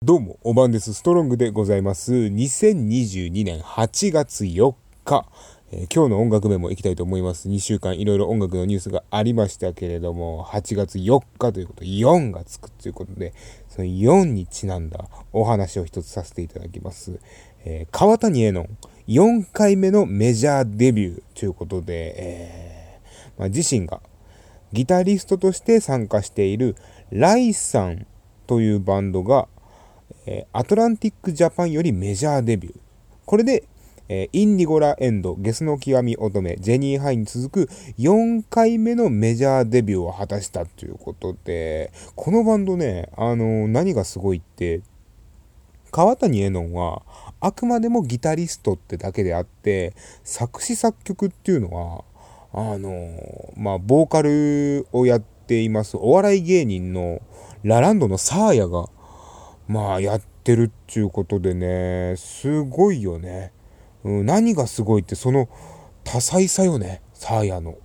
どうも、おばんです。ストロングでございます。2022年8月4日、今日の音楽メモいきたいと思います。2週間いろいろ音楽のニュースがありましたけれども、8月4日ということで、4がつくということで、その4にちなんだお話を一つさせていただきます。川谷絵音、4回目のメジャーデビューということで、自身がギタリストとして参加しているライさんというバンドが、アトランティックジャパンよりメジャーデビュー。これで、インディゴラエンド、ゲスの極み乙女、ジェニーハイに続く4回目のメジャーデビューを果たしたということで、このバンドね、何がすごいって、川谷絵音はあくまでもギタリストってだけであって、作詞作曲っていうのは、ボーカルをやっていますお笑い芸人のラランドのサーヤがやってるっていうことでね、すごいよね。何がすごいってその多彩さよね、サーヤの。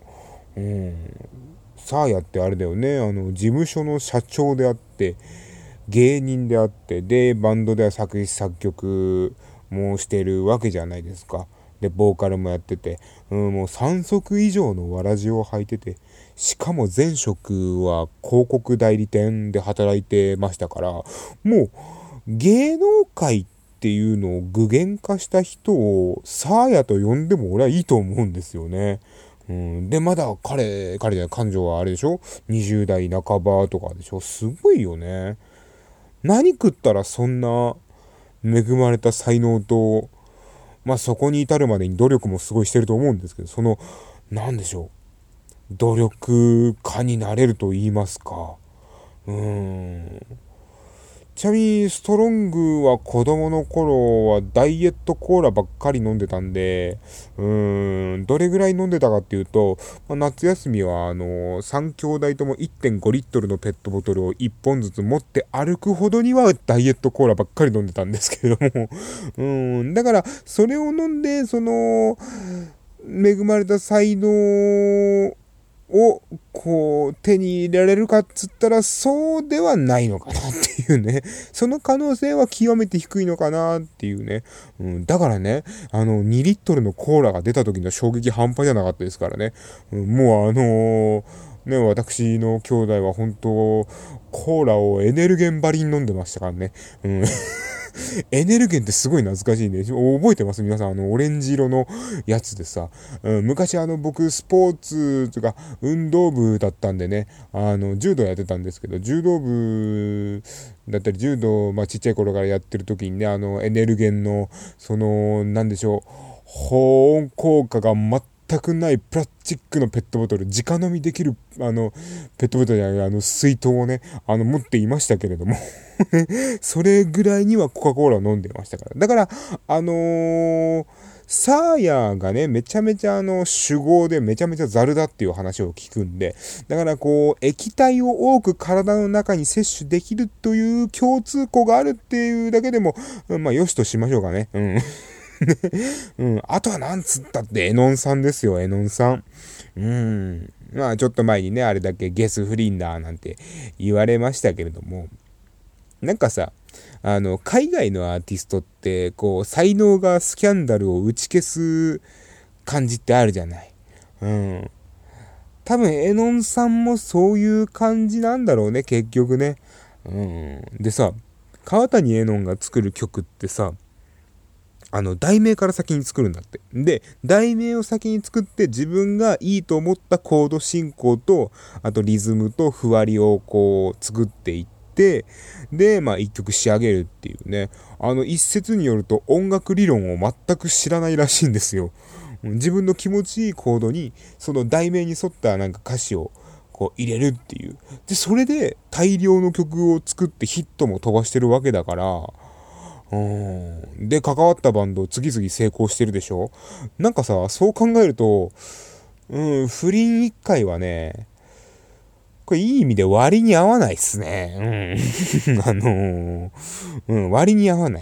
サーヤってあれだよね、事務所の社長であって、芸人であって、で、バンドでは作詞作曲もしてるわけじゃないですか。で、ボーカルもやってて、もう3足以上のわらじを履いてて、しかも前職は広告代理店で働いてましたから、もう芸能界っていうのを具現化した人をサーヤと呼んでも俺はいいと思うんですよね。で、まだ彼じゃない、彼女はあれでしょ ?20 代半ばとかでしょすごいよね。何食ったらそんな恵まれた才能と、そこに至るまでに努力もすごいしてると思うんですけど、なんでしょう。努力家になれると言いますか。ちなみに、ストロングは子供の頃はダイエットコーラばっかり飲んでたんで、どれぐらい飲んでたかっていうと、夏休みは3兄弟とも 1.5 リットルのペットボトルを1本ずつ持って歩くほどにはダイエットコーラばっかり飲んでたんですけれども、だから、それを飲んで、恵まれた才能を手に入れられるかっつったらそうではないのかなっていうね。その可能性は極めて低いのかなっていうね。だからね、2リットルのコーラが出た時の衝撃半端じゃなかったですからね。もう私の兄弟は本当、コーラをエネルゲンばりに飲んでましたからね。エネルゲンってすごい懐かしいね。覚えてます皆さん、オレンジ色のやつでさ。昔僕、スポーツとか、運動部だったんでね、柔道やってたんですけど、柔道部だったり、柔道、ちっちゃい頃からやってる時にね、エネルゲンの、なんでしょう、保温効果が全くないプラスチックのペットボトル、直飲みできる、ペットボトルじゃない、水筒をね、持っていましたけれどもそれぐらいにはコカ・コーラを飲んでましたから。だから、サーヤがね、めちゃめちゃ酒豪でめちゃめちゃザルだっていう話を聞くんで、だから液体を多く体の中に摂取できるという共通項があるっていうだけでも、よしとしましょうかね。あとはなんつったってエノンさんですよ、エノンさん。ちょっと前にね、あれだけゲス不倫だなんて言われましたけれども、なんかさ、海外のアーティストって、才能がスキャンダルを打ち消す感じってあるじゃない。多分、エノンさんもそういう感じなんだろうね、結局ね。でさ、川谷絵音が作る曲ってさ、題名から先に作るんだって。で、題名を先に作って自分がいいと思ったコード進行と、あとリズムとふわりを作っていって、で、一曲仕上げるっていうね。一説によると音楽理論を全く知らないらしいんですよ。自分の気持ちいいコードに、その題名に沿った歌詞を入れるっていう。で、それで大量の曲を作ってヒットも飛ばしてるわけだから、で、関わったバンド次々成功してるでしょ。なんかさ、そう考えると、不倫一回はね、これいい意味で割に合わないっすね。割に合わない。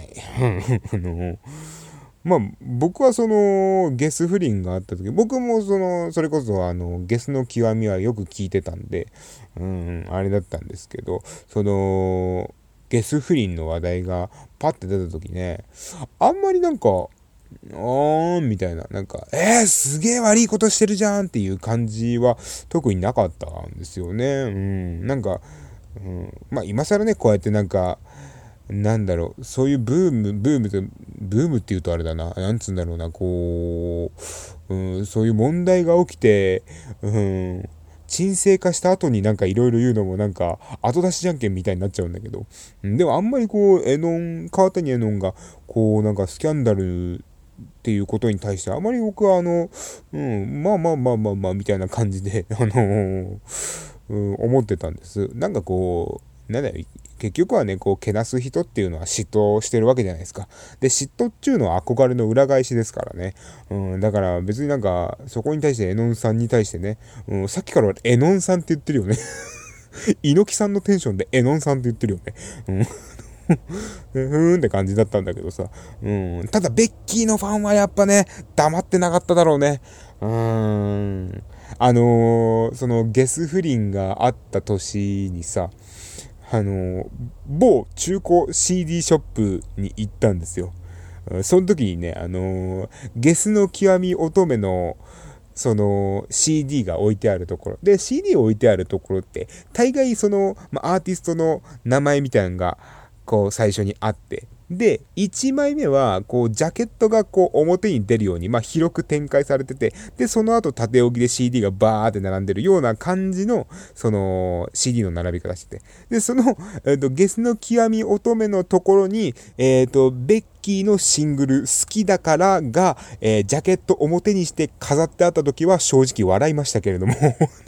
僕はゲス不倫があった時、僕もそれこそゲスの極みはよく聞いてたんで、あれだったんですけど、 ゲス不倫の話題がパッて出た時ね、あんまりなんか、みたいな、なんか、すげえ悪いことしてるじゃんっていう感じは特になかったんですよね。なんか、まあ今更ね、こうやってなんか、なんだろう、そういうブームって言うとあれだな、なんつうんだろうな、こう、そういう問題が起きて、沈静化した後になんかいろいろ言うのもなんか後出しじゃんけんみたいになっちゃうんだけど、でもあんまりこう、川谷絵音がこうなんかスキャンダルっていうことに対してあまり僕はまあみたいな感じで、思ってたんです。なんかこう、なんだよ、結局はね、こう、けなす人っていうのは嫉妬してるわけじゃないですか。で、嫉妬っちゅうのは憧れの裏返しですからね。だから別になんか、そこに対してエノンさんに対してね、さっきからエノンさんって言ってるよね。猪木さんのテンションでエノンさんって言ってるよね。って感じだったんだけどさ。ただ、ベッキーのファンはやっぱね、黙ってなかっただろうね。そのゲス不倫があった年にさ、某中古 CD ショップに行ったんですよ。その時にね、ゲスの極み乙女の、その CD が置いてあるところ。で、CD 置いてあるところって、大概その、アーティストの名前みたいなのが、こう最初にあって。で、1枚目は、こう、ジャケットがこう、表に出るように、広く展開されてて、で、その後、縦置きで CD がバーって並んでるような感じの、その、CD の並び方してて。で、その、ゲスの極み乙女のところに、ベッキーのシングル、好きだからが、ジャケット表にして飾ってあった時は、正直笑いましたけれども。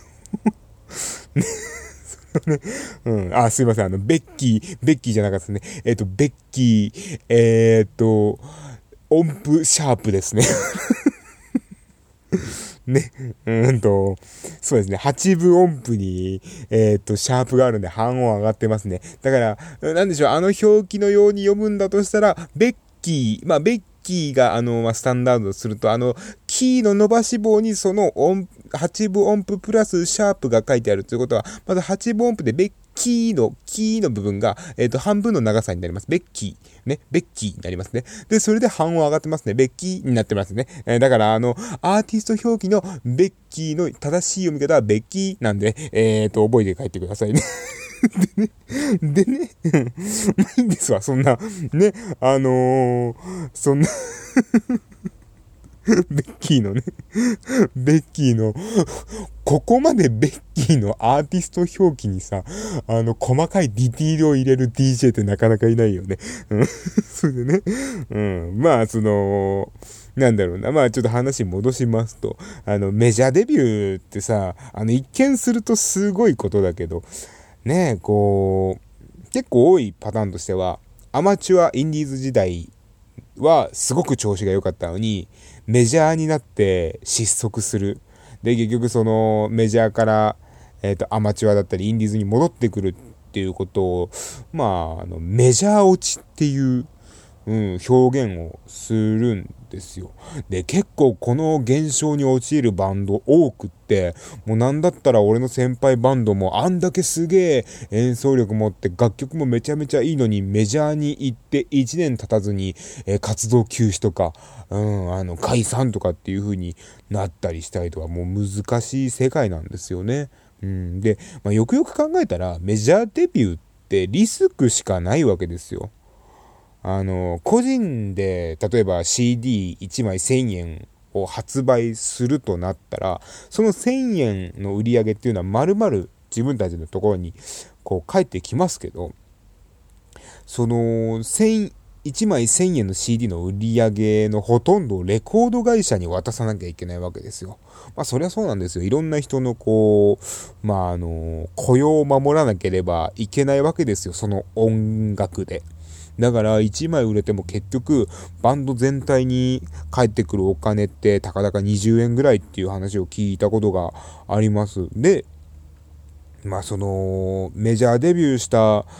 ね、すいません、ベッキーじゃなかったですね。ベッキー、音符シャープですね。ね、そうですね、8分音符に、シャープがあるんで半音上がってますね。だから、なんでしょう、表記のように読むんだとしたら、ベッキー、ベッキーが、スタンダードすると、キーの伸ばし棒にその8分音符プラスシャープが書いてあるということは、まず8分音符でベッキーの部分が、半分の長さになります。ベッキー。ね。ベッキーになりますね。で、それで半音上がってますね。ベッキーになってますね。だから、アーティスト表記のベッキーの正しい読み方はベッキーなんで、覚えて帰ってくださいね。でね、まあいいんですわ、そんな、ね、そんなベッキーのね、ベッキーの、ここまでベッキーのアーティスト表記にさ、細かいディティールを入れる DJ ってなかなかいないよね。それでね、なんだろうな。ちょっと話戻しますと、メジャーデビューってさ、一見するとすごいことだけど、ね、こう、結構多いパターンとしては、アマチュアインディーズ時代はすごく調子が良かったのに、メジャーになって失速する。で、結局そのメジャーから、アマチュアだったりインディーズに戻ってくるっていうことを、メジャー落ちっていう、表現をするんですよ。で、結構この現象に陥るバンド多くって、もうなんだったら俺の先輩バンドもあんだけすげえ演奏力持って楽曲もめちゃめちゃいいのにメジャーに行って1年経たずに、活動休止とか、解散とかっていう風になったりしたりとか、もう難しい世界なんですよね。で、よくよく考えたらメジャーデビューってリスクしかないわけですよ。個人で、例えば CD1 枚1000円を発売するとなったら、その1000円の売り上げっていうのは丸々自分たちのところにこう返ってきますけど、その1枚1000円の CD の売り上げのほとんどをレコード会社に渡さなきゃいけないわけですよ。そりゃそうなんですよ。いろんな人のこう、雇用を守らなければいけないわけですよ。その音楽で。だから1枚売れても結局バンド全体に返ってくるお金ってたかだか20円ぐらいっていう話を聞いたことがあります。で、そのメジャーデビューした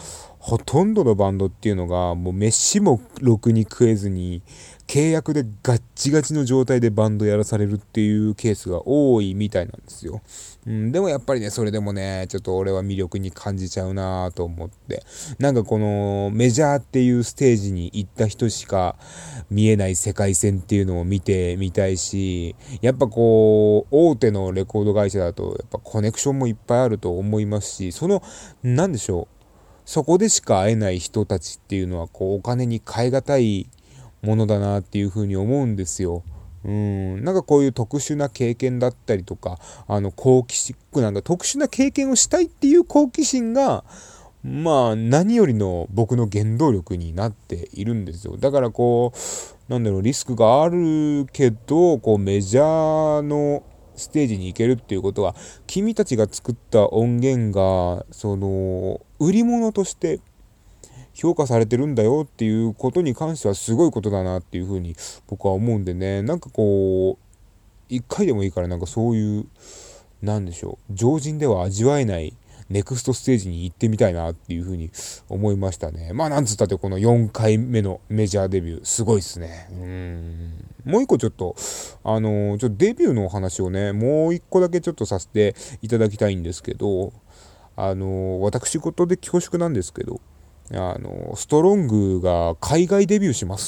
ほとんどのバンドっていうのが、もう飯もろくに食えずに、契約でガッチガチの状態でバンドやらされるっていうケースが多いみたいなんですよ。でもやっぱりね、それでもね、ちょっと俺は魅力に感じちゃうなと思って。なんかこのメジャーっていうステージに行った人しか見えない世界線っていうのを見てみたいし、やっぱこう、大手のレコード会社だと、やっぱコネクションもいっぱいあると思いますし、なんでしょう。そこでしか会えない人たちっていうのは、こう、お金に換え難いものだなっていうふうに思うんですよ。なんかこういう特殊な経験だったりとか、好奇心、なんか特殊な経験をしたいっていう好奇心が、まあ、何よりの僕の原動力になっているんですよ。だからこう、なんだろう、リスクがあるけど、こう、メジャーのステージに行けるっていうことは、君たちが作った音源が、売り物として評価されてるんだよっていうことに関してはすごいことだなっていうふうに僕は思うんでね、なんかこう、一回でもいいからなんかそういう、なんでしょう、常人では味わえないネクストステージに行ってみたいなっていうふうに思いましたね。まあなんつったってこの4回目のメジャーデビュー、すごいっすね。もう一個ちょっと、デビューのお話をね、もう一個だけちょっとさせていただきたいんですけど、私事で恐縮なんですけど、ストロングが海外デビューします。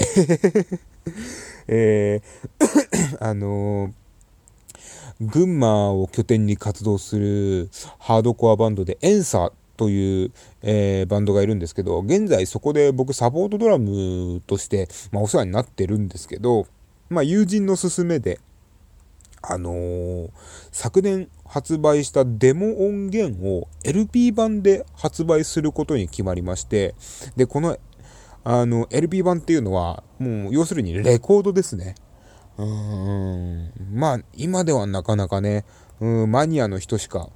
えー、群馬を拠点に活動するハードコアバンドでエンサという、バンドがいるんですけど、現在そこで僕サポートドラムとして、お世話になってるんですけど、友人の勧めで、昨年発売したデモ音源を LP 版で発売することに決まりまして、で、この、LP 版っていうのは、もう、要するにレコードですね。今ではなかなかね、マニアの人しか、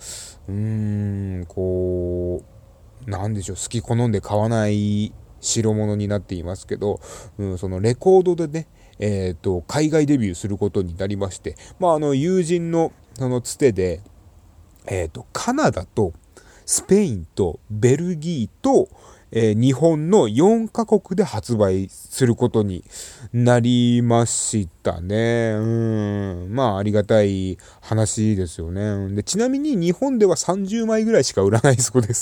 こう、なんでしょう、好き好んで買わない代物になっていますけど、そのレコードでね、海外デビューすることになりまして、友人の、そのつてで、カナダと、スペインと、ベルギーと、日本の4カ国で発売することになりましたね。ありがたい話ですよね。で、ちなみに日本では30枚ぐらいしか売らないそうです。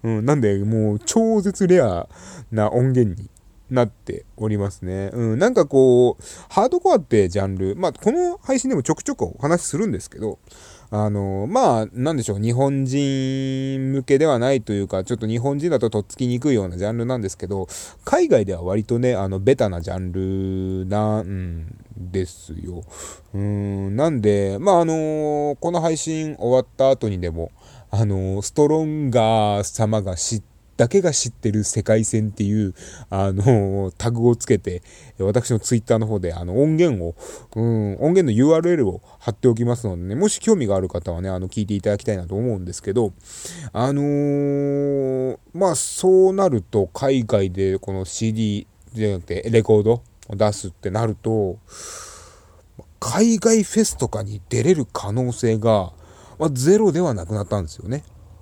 なんで、もう超絶レアな音源になっておりますね。なんかこう、ハードコアってジャンル、この配信でもちょくちょくお話しするんですけど、なんでしょう、日本人向けではないというか、ちょっと日本人だととっつきにくいようなジャンルなんですけど、海外では割とね、ベタなジャンルなんですよ。なんで、この配信終わった後にでも、ストロンガー様がだけが知ってる世界線っていう、タグをつけて、私のツイッターの方で、音源の URL を貼っておきますのでね、もし興味がある方はね、聞いていただきたいなと思うんですけど、そうなると、海外でこの CD じゃなくて、レコードを出すってなると、海外フェスとかに出れる可能性が、ゼロではなくなったんですよね。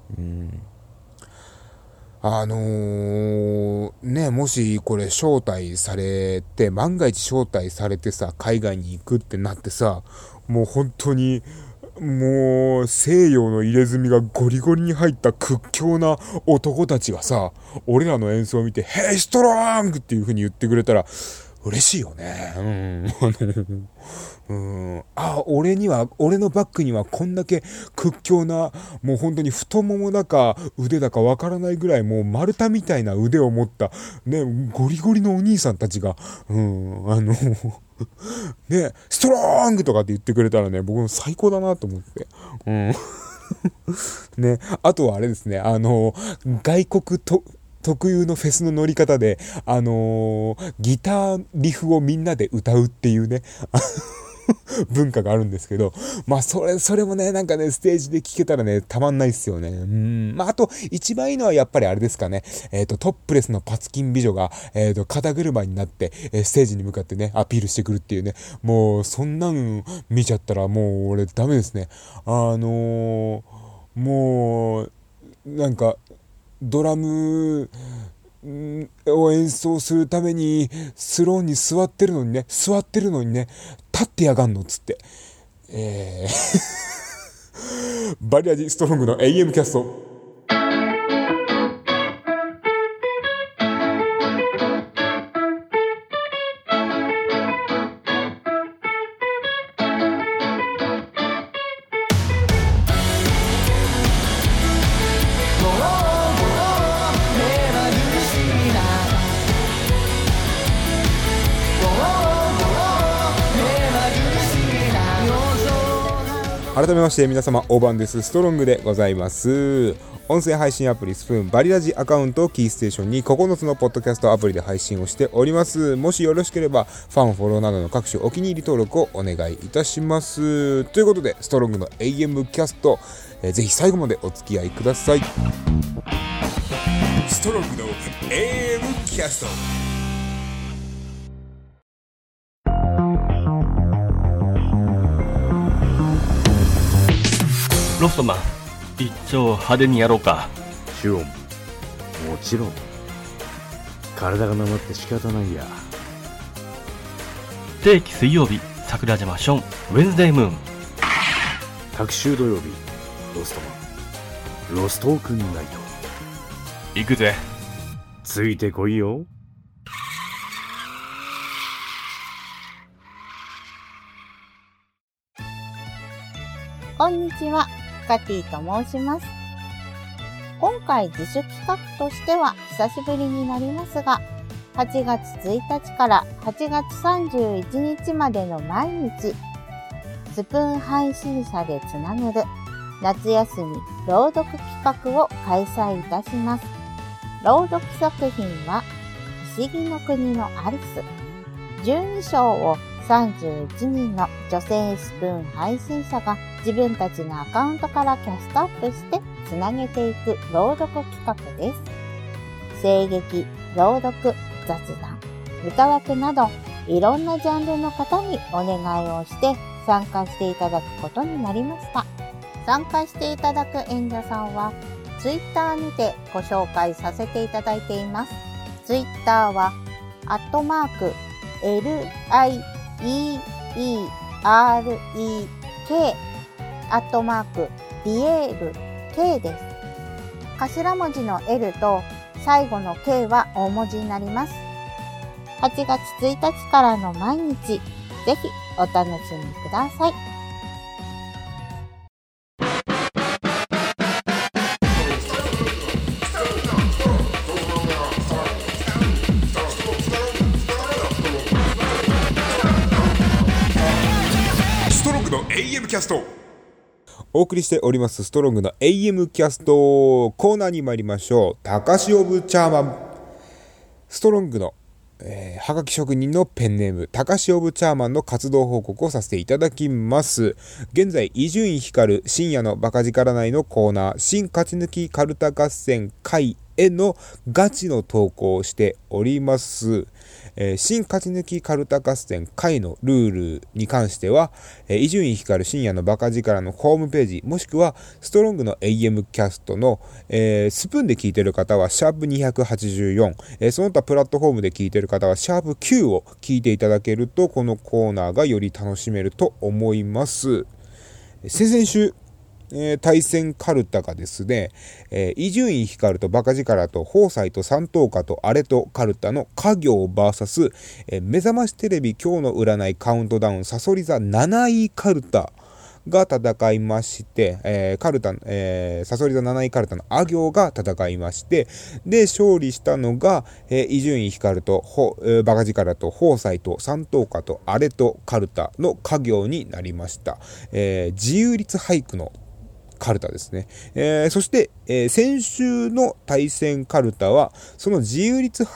もしこれ招待されて、万が一招待されてさ、海外に行くってなってさ、もう本当に、もう西洋の入れ墨がゴリゴリに入った屈強な男たちがさ、俺らの演奏を見て、ヘイストロングっていう風に言ってくれたら、嬉しいよね。俺のバッグにはこんだけ屈強な、もう本当に太ももだか腕だかわからないぐらいもう丸太みたいな腕を持った、ね、ゴリゴリのお兄さんたちが、ね、ストローングとかって言ってくれたらね、僕も最高だなと思って。ね、あとはあれですね、外国と、特有のフェスの乗り方で、ギターリフをみんなで歌うっていうね、文化があるんですけど、それもね、なんかね、ステージで聴けたらね、たまんないっすよね。あと、一番いいのはやっぱりあれですかね、トップレスのパツキン美女が、肩車になって、ステージに向かってね、アピールしてくるっていうね、もう、そんなん見ちゃったら、もう、俺、ダメですね。もう、なんか、 ドラムを演奏するためにスローに座ってるのにね、立ってやがんのっつって。バリアジストロングの AM キャスト。改めまして皆様、大番です。ストロングでございます。音声配信アプリスプーンバリラジアカウントをキーステーションに9つのポッドキャストアプリで配信をしております。もしよろしければファン、フォローなどの各種お気に入り登録をお願いいたします。ということで、ストロングの AM キャスト、ぜひ最後までお付き合いください。ストロングの AM キャスト。 ロフトマン、一丁派手にやろうか。 シュオン、もちろん。体がなまって仕方ないや。 定期水曜日、桜島ション、ウェンズデームーン。 各週土曜日、ロストマン、ロストークンナイト。 行くぜ。 ついてこいよ。 こんにちは、カティと申します。今回自主企画としては久しぶりになりますが、8月1日から8月31日までの毎日、スプーン配信者でつなぐる夏休み朗読企画を開催いたします。朗読作品は、不思議の国のアリス。12章を31人の女性スプーン配信者が自分たちのアカウントからキャストアップしてつなげていく朗読企画です。声劇、朗読、雑談、歌分けなどいろんなジャンルの方にお願いをして参加していただくことになりました。参加していただく演者さんはツイッターにてご紹介させていただいています。ツイッターは@LIEEREKリエール K です。頭文字の L と最後の K は大文字になります。8月1日からの毎日、ぜひお楽しみください。 ストロングの AM キャスト。お送りしておりますストロングの AM キャストコーナーに参りましょう。たかしオブチャーマン。ストロングの、はがき職人のペンネームたかしオブチャーマンの活動報告をさせていただきます。現在伊集院光深夜のバカ力内のコーナー新勝ち抜きカルタ合戦会へのガチの投稿をしております。新勝ち抜きカルタ合戦会のルールに関しては、伊集院光深夜のバカ力のホームページもしくはストロングの AM キャストの、スプーンで聞いている方はシャープ284、その他プラットフォームで聞いている方はシャープ9を聞いていただけるとこのコーナーがより楽しめると思います。先々週対戦カルタがですね、伊集院光とバカ力と宝斎と三等家とアレとカルタの家業 VS、目覚ましテレビ今日の占いカウントダウンサソリ座7位カルタが戦いまして、サソリ座7位カルタのあ行が戦いまして、で勝利したのが、伊集院光とバカ力と宝斎と三等家とアレとカルタの家業になりました。自由律俳句のカルタですね。そして、先週の対戦カルタはその自由律俳句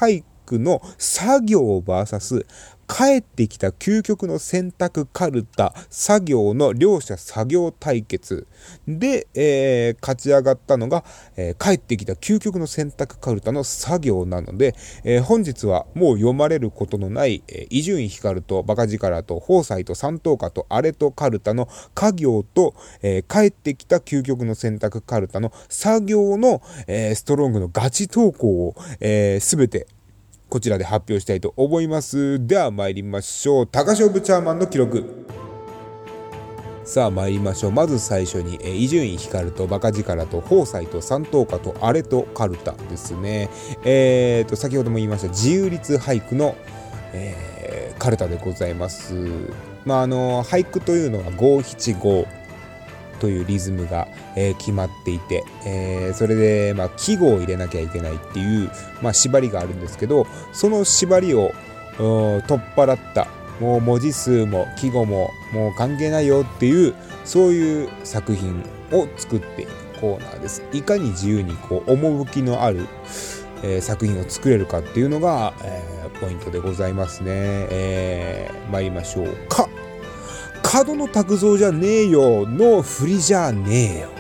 クの作業 VS 帰ってきた究極の選択カルタ作業の両者作業対決で、勝ち上がったのが、帰ってきた究極の選択カルタの作業なので、本日はもう読まれることのない伊集院光とバカ力と宝斎と三等家とあれとカルタの家業と、帰ってきた究極の選択カルタの作業の、ストロングのガチ投稿をすべてこちらで発表したいと思います。では参りましょう。高勝負チャーマンの記録。さあ参りましょう。まず最初に伊集院光とバカ力と宝斎と三等家とあれとカルタですね。先ほども言いました自由律俳句の、カルタでございます。俳句というのは五七五というリズムが、決まっていて、それで、季語を入れなきゃいけないっていう、縛りがあるんですけど、その縛りを取っ払ったもう文字数も季語ももう関係ないよっていうそういう作品を作っているコーナーです。いかに自由に趣のある、作品を作れるかっていうのが、ポイントでございますね。参りましょう。角野卓造じゃねえよの振りじゃねえよ。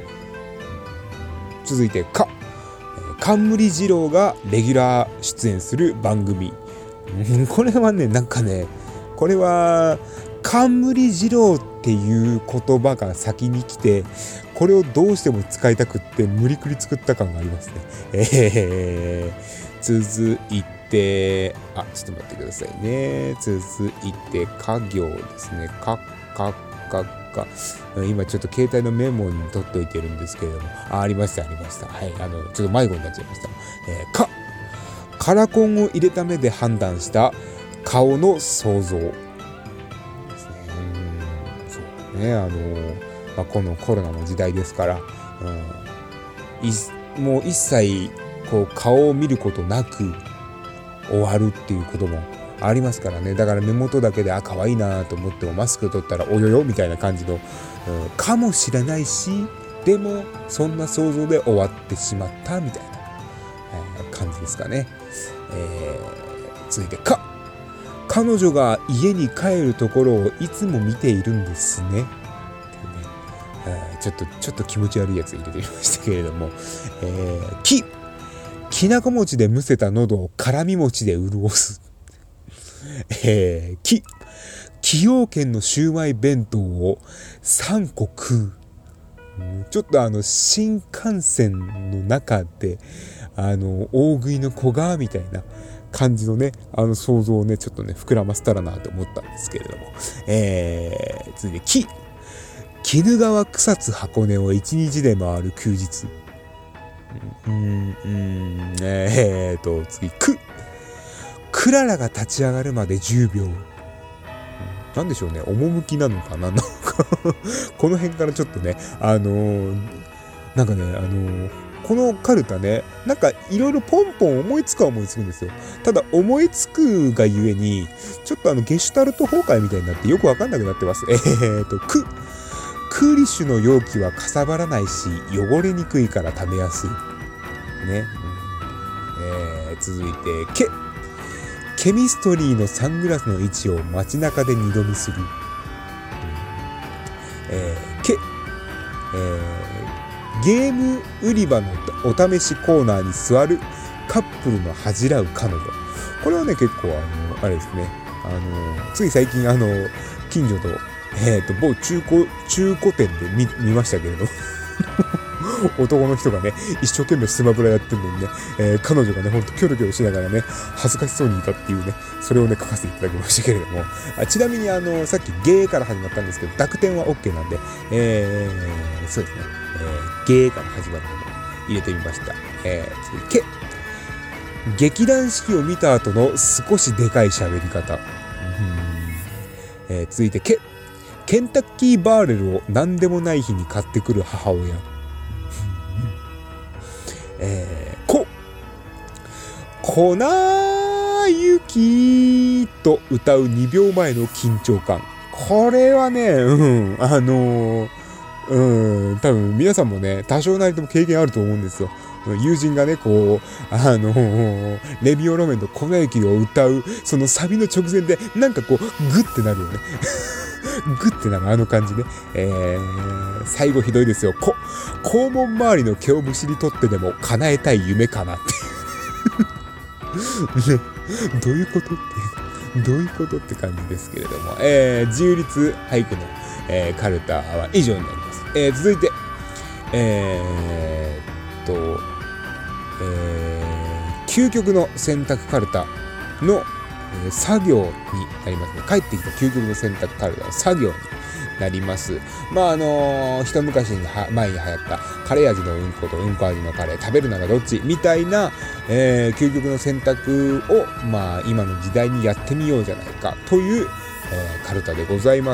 続いて冠二郎がレギュラー出演する番組。これはねこれは冠二郎っていう言葉が先に来てこれをどうしても使いたくって無理くり作った感がありますね。続いてちょっと待ってくださいね。続いて家業ですね。今ちょっと携帯のメモに取っといてるんですけれどもありました。はい、ちょっと迷子になっちゃいました。カラコンを入れた目で判断した顔の想像ですね。そうね。このコロナの時代ですから、もう一切顔を見ることなく終わるっていうこともありますからね。だから目元だけで可愛いなと思ってもマスク取ったらおよよみたいな感じの、かもしれないしでもそんな想像で終わってしまったみたいな、感じですかね。続いて彼女が家に帰るところをいつも見ているんですね。ちょっと気持ち悪いやつ入れてみましたけれども、きなこ餅でむせた喉を辛み餅で潤す。崎陽軒のシウマイ弁当を3個食う。ちょっと新幹線の中で大食いの子がみたいな感じのね想像をねちょっとね膨らませたらなと思ったんですけれども、続いて鬼怒川草津箱根を1日で回る休日。次クララが立ち上がるまで10秒。なんでしょうね、趣なのか何なのかこの辺からちょっとねこのカルタねいろいろポンポン思いつくんですよ。ただ思いつくがゆえにちょっとゲシュタルト崩壊みたいになってよくわかんなくなってます。クーリッシュの容器はかさばらないし汚れにくいから食べやすいね。続いてケミストリーのサングラスの位置を街中で二度見する。ゲーム売り場のお試しコーナーに座るカップルの恥じらう彼女。これはね結構あれですね。つい最近近所の某中古店で見ましたけれど男の人がね一生懸命スマブラやってるのにね、彼女がねほんとキョロキョロしながらね恥ずかしそうにいたっていうねそれをね書かせていただきましたけれども、ちなみにさっきゲーから始まったんですけど濁点は OK なんで、そうですね、ゲーから始まるものを入れてみました。次劇団四季を見た後の少しでかい喋り方。続いてケンタッキーバーレルを何でもない日に買ってくる母親。粉雪と歌う2秒前の緊張感。これはね、多分皆さんもね多少なりとも経験あると思うんですよ。 友人がね、こう、レミオロメンの粉雪を歌う、そのサビの直前で、なんかこう、グッてなるよね。グッてなる、あの感じね。最後ひどいですよ。肛門周りの毛をむしり取ってでも叶えたい夢かなっていう。ね、どういうことって感じですけれども、自由律俳句の、カルタは以上になります。続いて、究極の選択カルタの、作業になりますね。帰ってきた究極の選択カルタの作業になります。一昔前に流行ったカレー味のうんことうんこ味のカレー食べるならどっちみたいな、究極の選択を、今の時代にやってみようじゃないかという、カルタでございます。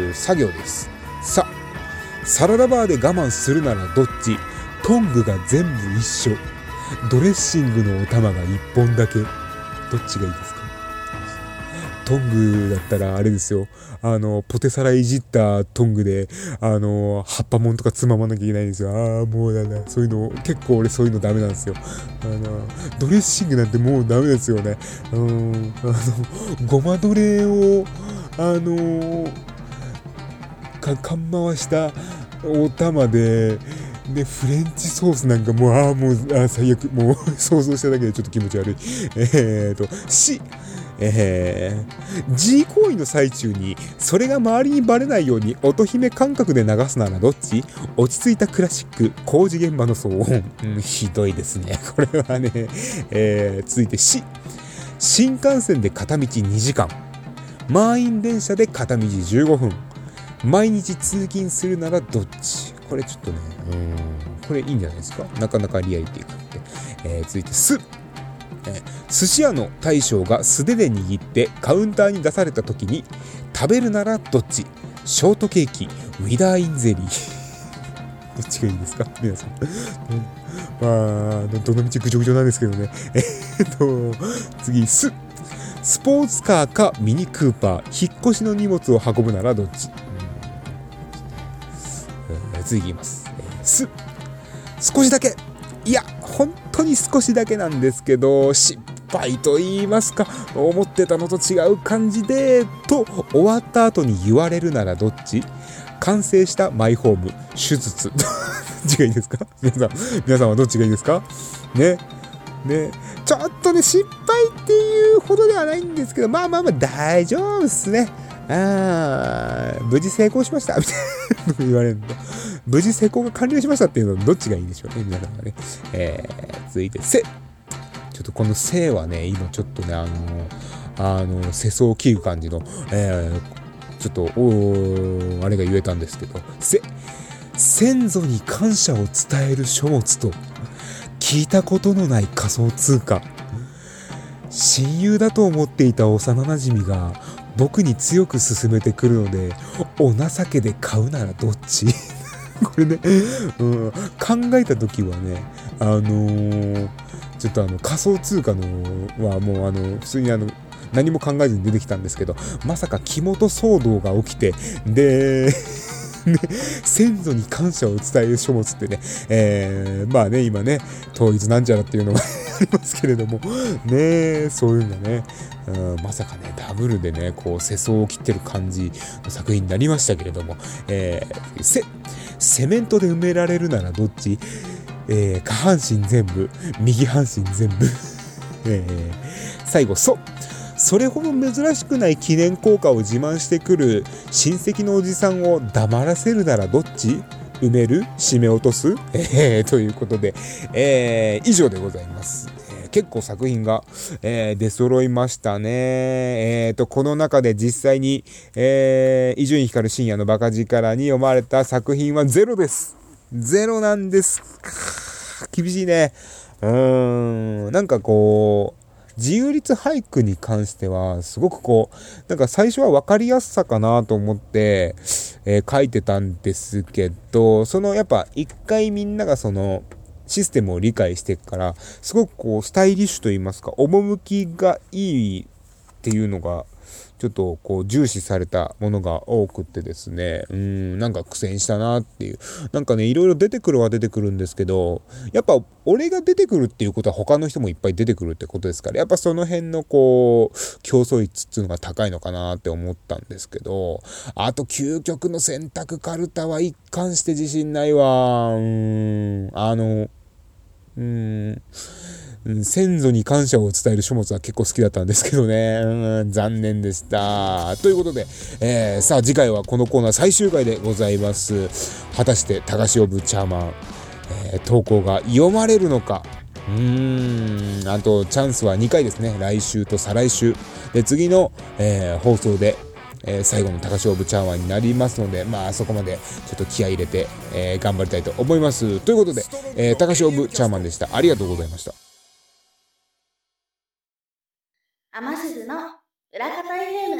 作業です。さ、サラダバーで我慢するならどっち？トングが全部一緒。ドレッシングのお玉が1本だけ。どっちがいいですか？トングだったらあれですよ。ポテサラいじったトングで、葉っぱもんとかつままなきゃいけないんですよ。もうだな。そういうの、結構俺そういうのダメなんですよ。ドレッシングなんてもうダメですよね。ごまドレを、かん回したお玉で、で、フレンチソースなんかもう、最悪。もう、想像しただけでちょっと気持ち悪い。G 行為の最中に、それが周りにバレないように乙姫感覚で流すならどっち？落ち着いたクラシック、工事現場の騒音。ひどいですね。これはね。続いて新幹線で片道2時間。満員電車で片道15分。毎日通勤するならどっち？これちょっとね、これいいんじゃないですか？なかなかリアリティがあって。続いて寿司屋の大将が素手で握ってカウンターに出された時に食べるならどっち？ショートケーキ、ウィダーインゼリー。どっちがいいですか皆さん。どのみちぐちょぐちょなんですけどね。次、スポーツカーかミニクーパー、引っ越しの荷物を運ぶならどっち？次いきます。少しだけ。いや、本当に少しだけなんですけど、失敗と言いますか、思ってたのと違う感じで、と終わった後に言われるならどっち？完成したマイホーム、手術。どっちがいいですか？皆さんはどっちがいいですか？ね。ちょっとね、失敗っていうほどではないんですけど、大丈夫っすね。無事成功しました。みたいなこと言われるの。無事成功が完了しましたっていうのはどっちがいいでしょうね、皆さんはね。続いて、ちょっとこのせはね、今ちょっとね、世相を切る感じの、ちょっと、あれが言えたんですけど、先祖に感謝を伝える書物と、聞いたことのない仮想通貨。親友だと思っていた幼馴染が、僕に強く勧めてくるので、お情けで買うならどっち？これね、考えたときはね、ちょっと仮想通貨のはもう普通に何も考えずに出てきたんですけど、まさか木本騒動が起きて、で、先祖に感謝を伝える書物ってね、今ね、統一なんちゃらっていうのがありますけれども、ね、そういうのね、まさかね、ダブルでね、こう、世相を切ってる感じの作品になりましたけれども、セメントで埋められるならどっち？下半身全部、右半身全部。最後、それほど珍しくない記念硬貨を自慢してくる親戚のおじさんを黙らせるならどっち？埋める？締め落とす？ということで、以上でございます。結構作品が、出揃いましたね。この中で実際に、伊集院光深夜のバカ力に読まれた作品はゼロです。ゼロなんです。厳しいね。なんかこう、自由律俳句に関しては、すごくこう、なんか最初は分かりやすさかなと思って、書いてたんですけど、やっぱ一回みんながシステムを理解してから、すごくこう、スタイリッシュと言いますか、趣がいいっていうのが、 ちょっとこう重視されたものが多くってですね、なんか苦戦したなっていう。なんかね、いろいろ出てくるは出てくるんですけど、やっぱ俺が出てくるっていうことは他の人もいっぱい出てくるってことですから、やっぱその辺のこう、競争率っていうのが高いのかなって思ったんですけど、あと究極の選択カルタは一貫して自信ないわ。先祖に感謝を伝える書物は結構好きだったんですけどね。残念でした。ということで、さあ次回はこのコーナー最終回でございます。果たして高潮部チャーマン、投稿が読まれるのか。あとチャンスは2回ですね。来週と再来週。で、次の、放送で、最後の高潮部チャーマンになりますので、そこまでちょっと気合い入れて、頑張りたいと思います。ということで、高潮部チャーマンでした。ありがとうございました。 アマスズの裏方 FM。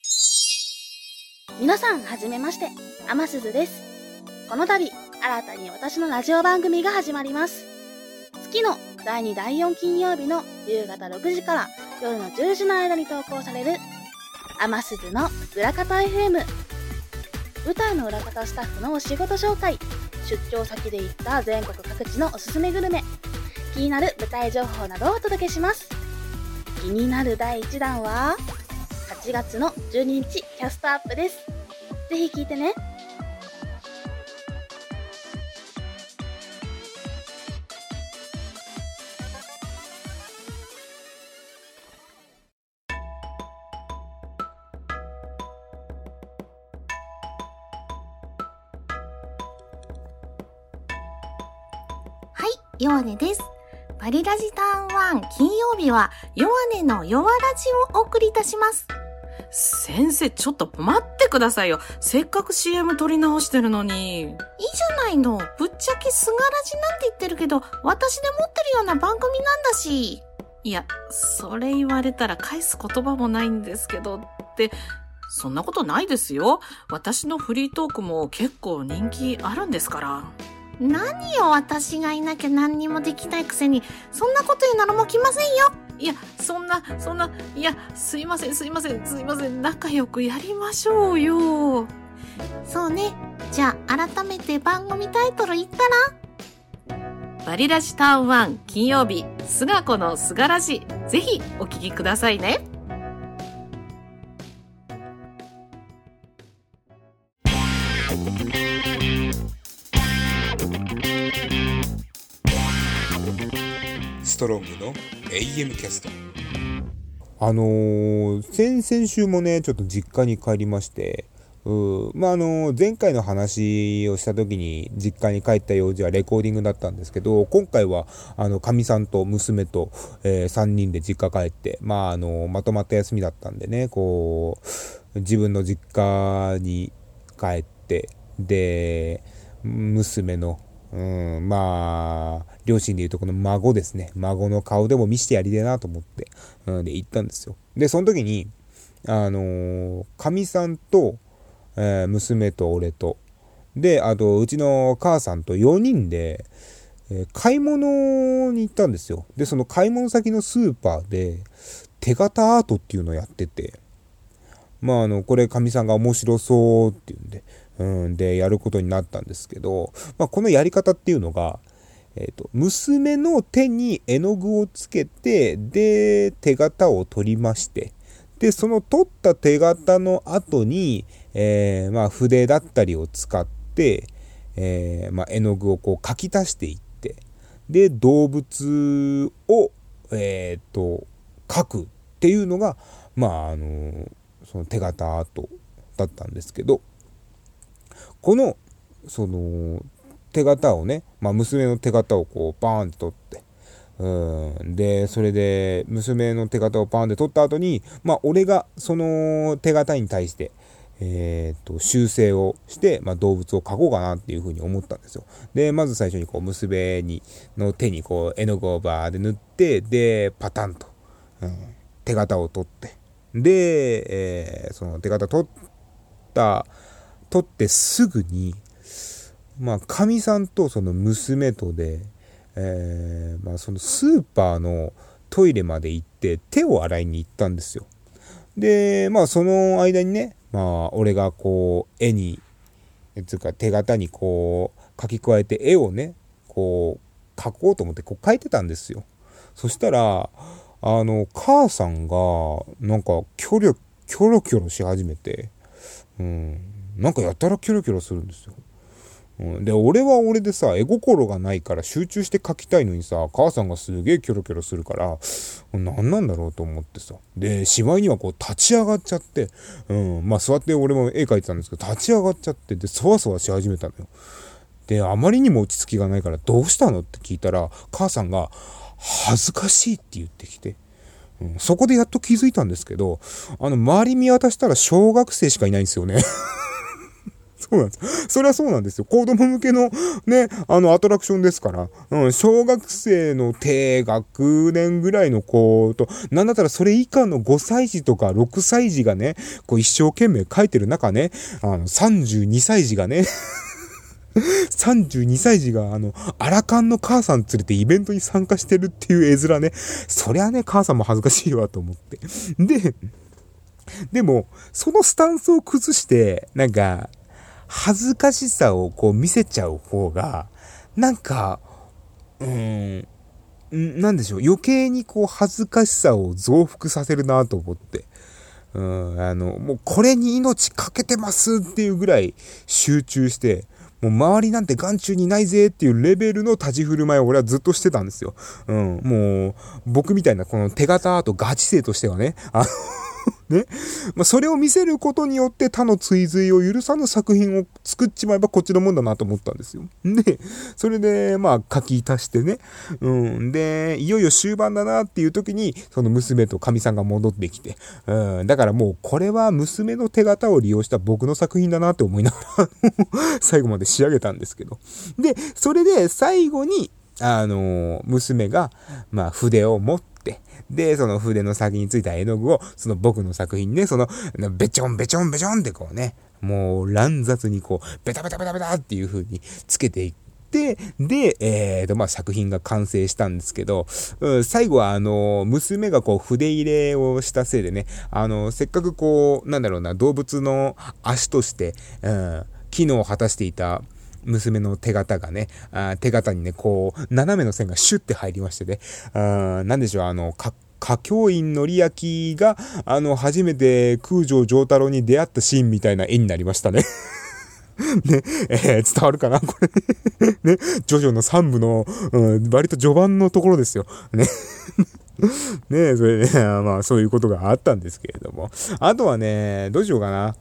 皆さんはじめまして、アマスズです。この度新たに私のラジオ番組が始まります。月の第2第4金曜日の夕方6時から夜の10時の間に投稿されるアマスズの裏方 FM。 舞台の裏方スタッフのお仕事紹介、出張先で行った全国各地のおすすめグルメ、気になる舞台情報などをお届けします。気になる第1弾は8月の12日キャストアップです。ぜひ聞いてね。 はい、ヨアネです。バリラジターン1金曜日はヨアネのヨアラジをお送りいたします。 先生、ちょっと待ってくださいよ。せっかく CM 撮り直してるのに。 いいじゃないの。ぶっちゃけスガラジなんて言ってるけど、私で持ってるような番組なんだし。 いや、それ言われたら返す言葉もないんですけどって、そんなことないですよ。私のフリートークも結構人気あるんですから。 何よ、私がいなきゃ何にもできないくせに、そんなこと言うならもう来ませんよ。 いや、そんな、いや、すいません、仲良くやりましょうよ。 そうね。じゃあ、改めて番組タイトル言ったら？ バリラジターン1金曜日、すがこのすがらじ。ぜひお聞きくださいね。 ストロングの AM キャスト。先々週もね、ちょっと実家に帰りまして、前回の話をした時に実家に帰った用事はレコーディングだったんですけど、今回はかみさんと娘と、3人で実家帰って、まとまった休みだったんでね、こう自分の実家に帰って、で娘の両親でいうとこの孫ですね。孫の顔でも見せてやりてえなと思って、で行ったんですよ。で、その時に、かみさんと、娘と俺と、で、あと、うちの母さんと4人で、買い物に行ったんですよ。で、その買い物先のスーパーで、手形アートっていうのをやってて、これかみさんが面白そうっていうんで、でやることになったんですけど、このやり方っていうのが、娘の手に絵の具をつけて、で手形を取りまして、でその取った手形の後に、筆だったりを使って、絵の具をこう描き足していって、で動物を描くっていうのがその手形アートだったんですけど、このその手形をね、娘の手形をこうバーンって取って、でそれで娘の手形をパーンって取った後に、俺がその手形に対して修正をして、動物を描こうかなっていうふうに思ったんですよ。でまず最初にこう娘の手にこう絵の具をバーで塗って、でパタンと、手形を取って、で、その手形取ってすぐにかみさんとその娘とで、そのスーパーのトイレまで行って手を洗いに行ったんですよ。 で、まあその間にね、まあ俺がこう絵に、つうか手形にこう書き加えて絵をね、こう描こうと思ってこう描いてたんですよ。そしたら、母さんがなんかキョロキョロし始めて、なんかやたらキョロキョロするんですよ。で、俺は俺でさ、絵心がないから集中して描きたいのにさ、母さんがすげえキョロキョロするから、何なんだろうと思ってさ。で、しまいにはこう立ち上がっちゃって、まあ座って俺も絵描いてたんですけど、立ち上がっちゃって、で、そわそわし始めたのよ。で、あまりにも落ち着きがないから、どうしたのって聞いたら、母さんが、恥ずかしいって言ってきて、そこでやっと気づいたんですけど、周り見渡したら小学生しかいないんですよね。そうなんです。それはそうなんですよ。子供向けのね、アトラクションですから、小学生の低学年ぐらいの子と、なんだったらそれ以下の5歳児とか6歳児がね、こう一生懸命描いてる中ね、32歳児がね、32歳児がアラカンの母さん連れてイベントに参加してるっていう絵面ね、そりゃね、母さんも恥ずかしいわと思って。でも、そのスタンスを崩して、なんか、恥ずかしさをこう見せちゃう方が、なんか、なんでしょう、余計にこう恥ずかしさを増幅させるなと思って。もうこれに命かけてますっていうぐらい集中して、もう周りなんて眼中にないぜっていうレベルの立ち振る舞いを俺はずっとしてたんですよ。もう、僕みたいなこの手形アートガチ勢としてはね、ね。まあ、それを見せることによって他の追随を許さぬ作品を作っちまえばこっちのもんだなと思ったんですよ。で、それで、まあ、書き足してね。で、いよいよ終盤だなっていう時に、その娘と神さんが戻ってきて。だからもう、これは娘の手形を利用した僕の作品だなって思いながら、最後まで仕上げたんですけど。で、それで最後に、娘が、まあ、筆を持って、で、その筆の先についた絵の具を、その僕の作品にね、その、べちょんべちょんべちょんってこうね、もう乱雑にこう、ベタベタベタベタっていう風につけていって、で、まあ、作品が完成したんですけど、最後は娘がこう筆入れをしたせいでね、せっかくこう、なんだろうな、動物の足として、機能を果たしていた、娘の手形がね、手形にね、こう、斜めの線がシュッて入りましてね、なんでしょう、歌教員のりやきが、初めて空城城太郎に出会ったシーンみたいな絵になりましたね。ね、伝わるかなこれね。ジョジョの3部の、割と序盤のところですよ。ね。ねそれで、まあそういうことがあったんですけれども。あとはね、どうしようかな。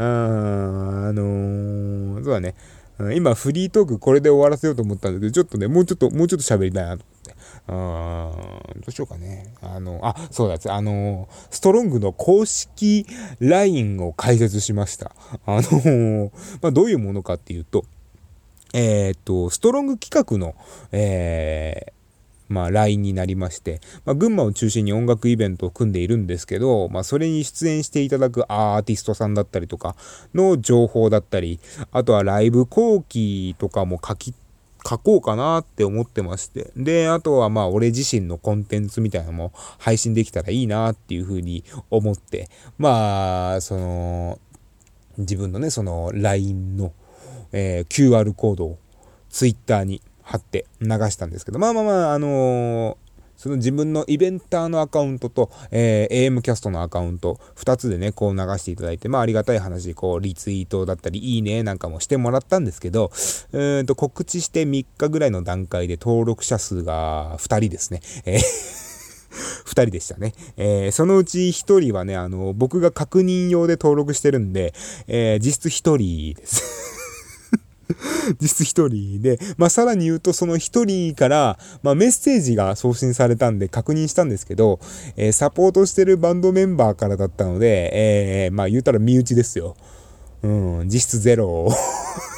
そうだね。今フリートークこれで終わらせようと思ったんだけど、ちょっとね、もうちょっと喋りたいなと思って。どうしようかね。そうだ、ストロングの公式 LINE を開設しました。まあ、どういうものかっていうと、ストロング企画の、まあ LINE になりまして、まあ群馬を中心に音楽イベントを組んでいるんですけど、まあそれに出演していただくアーティストさんだったりとかの情報だったり、あとはライブ後期とかも書こうかなって思ってまして。で、あとはまあ俺自身のコンテンツみたいなのも配信できたらいいなっていうふうに思って、まあ、自分のね、LINE の、QR コードを Twitter に貼って流したんですけど、その自分のイベンターのアカウントと、AM キャストのアカウント、2つでね、こう流していただいて、まあありがたい話、こうリツイートだったり、いいねなんかもしてもらったんですけど、告知して3日ぐらいの段階で登録者数が2人ですね。2人でしたね。そのうち1人はね、僕が確認用で登録してるんで、実質1人です。実質1人で、まあさらに言うとその1人から、まあメッセージが送信されたんで確認したんですけど、サポートしてるバンドメンバーからだったので、まあ言うたら身内ですよ。実質ゼロ。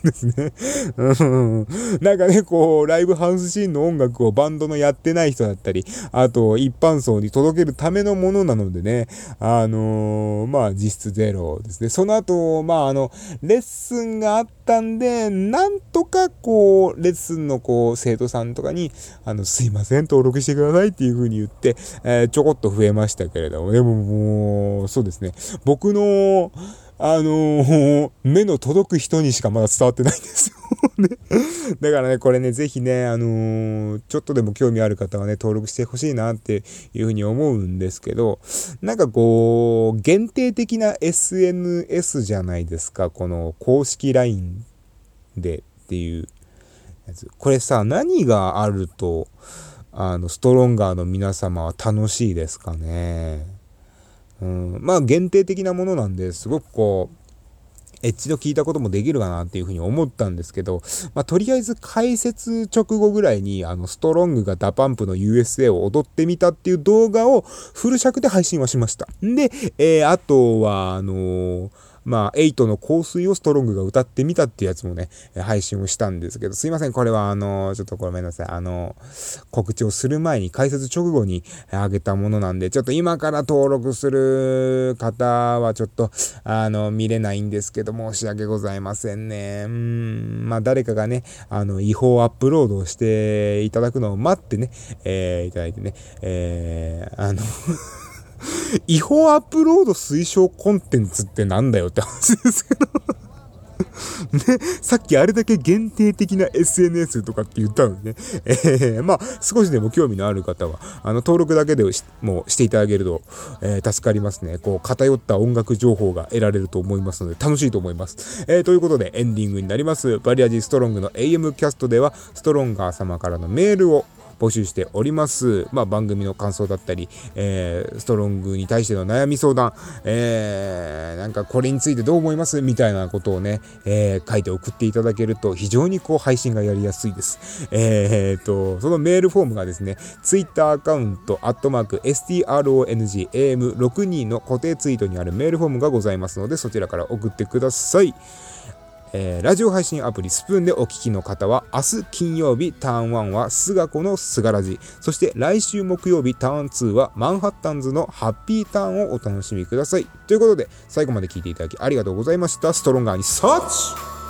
ですね。なんかね、こう、ライブハウスシーンの音楽をバンドのやってない人だったり、あと、一般層に届けるためのものなのでね、実質ゼロですね。その後、レッスンがあったんで、なんとか、こう、レッスンの、こう、生徒さんとかに、すいません、登録してくださいっていう風に言って、ちょこっと増えましたけれども、でももう、そうですね。僕の、目の届く人にしかまだ伝わってないんですよ。ね。だからね、これね、ぜひね、ちょっとでも興味ある方はね、登録してほしいなっていうふうに思うんですけど、なんかこう、限定的な SNS じゃないですか、この公式 LINE でっていうやつ。これさ、何があると、ストロンガーの皆様は楽しいですかね。限定的なものなんで、すごくこう、エッジの効いたこともできるかなっていうふうに思ったんですけど、とりあえず解説直後ぐらいに、ストロングがダパンプの USA を踊ってみたっていう動画をフル尺で配信はしました。で、あとは、8の香水をストロングが歌ってみたっていうやつもね、配信をしたんですけど、すいません、これはちょっとごめんなさい。告知をする前に、解説直後に上げたものなんで、ちょっと今から登録する方はちょっと、見れないんですけど、申し訳ございませんね。誰かがね、違法アップロードをしていただくのを待ってね、いただいてね、違法アップロード推奨コンテンツってなんだよって話ですけどね、さっきあれだけ限定的な SNS とかって言ったのにね、少しでも興味のある方は登録だけでもうしていただけると、助かりますね。こう偏った音楽情報が得られると思いますので楽しいと思います。ということでエンディングになります。バリアジストロングの AM キャストではストロンガー様からのメールを募集しております。番組の感想だったり、ストロングに対しての悩み相談、なんかこれについてどう思いますみたいなことをね、書いて送っていただけると非常にこう配信がやりやすいです。そのメールフォームがですね、ツイッターアカウント@strongam62 の固定ツイートにあるメールフォームがございますので、そちらから送ってください。ラジオ配信アプリスプーンでお聞きの方は明日金曜日ターン1はスガコのスガラジ、そして来週木曜日ターン2はマンハッタンズのハッピーターンをお楽しみください。ということで最後まで聞いていただきありがとうございました。ストロンガーにサーチ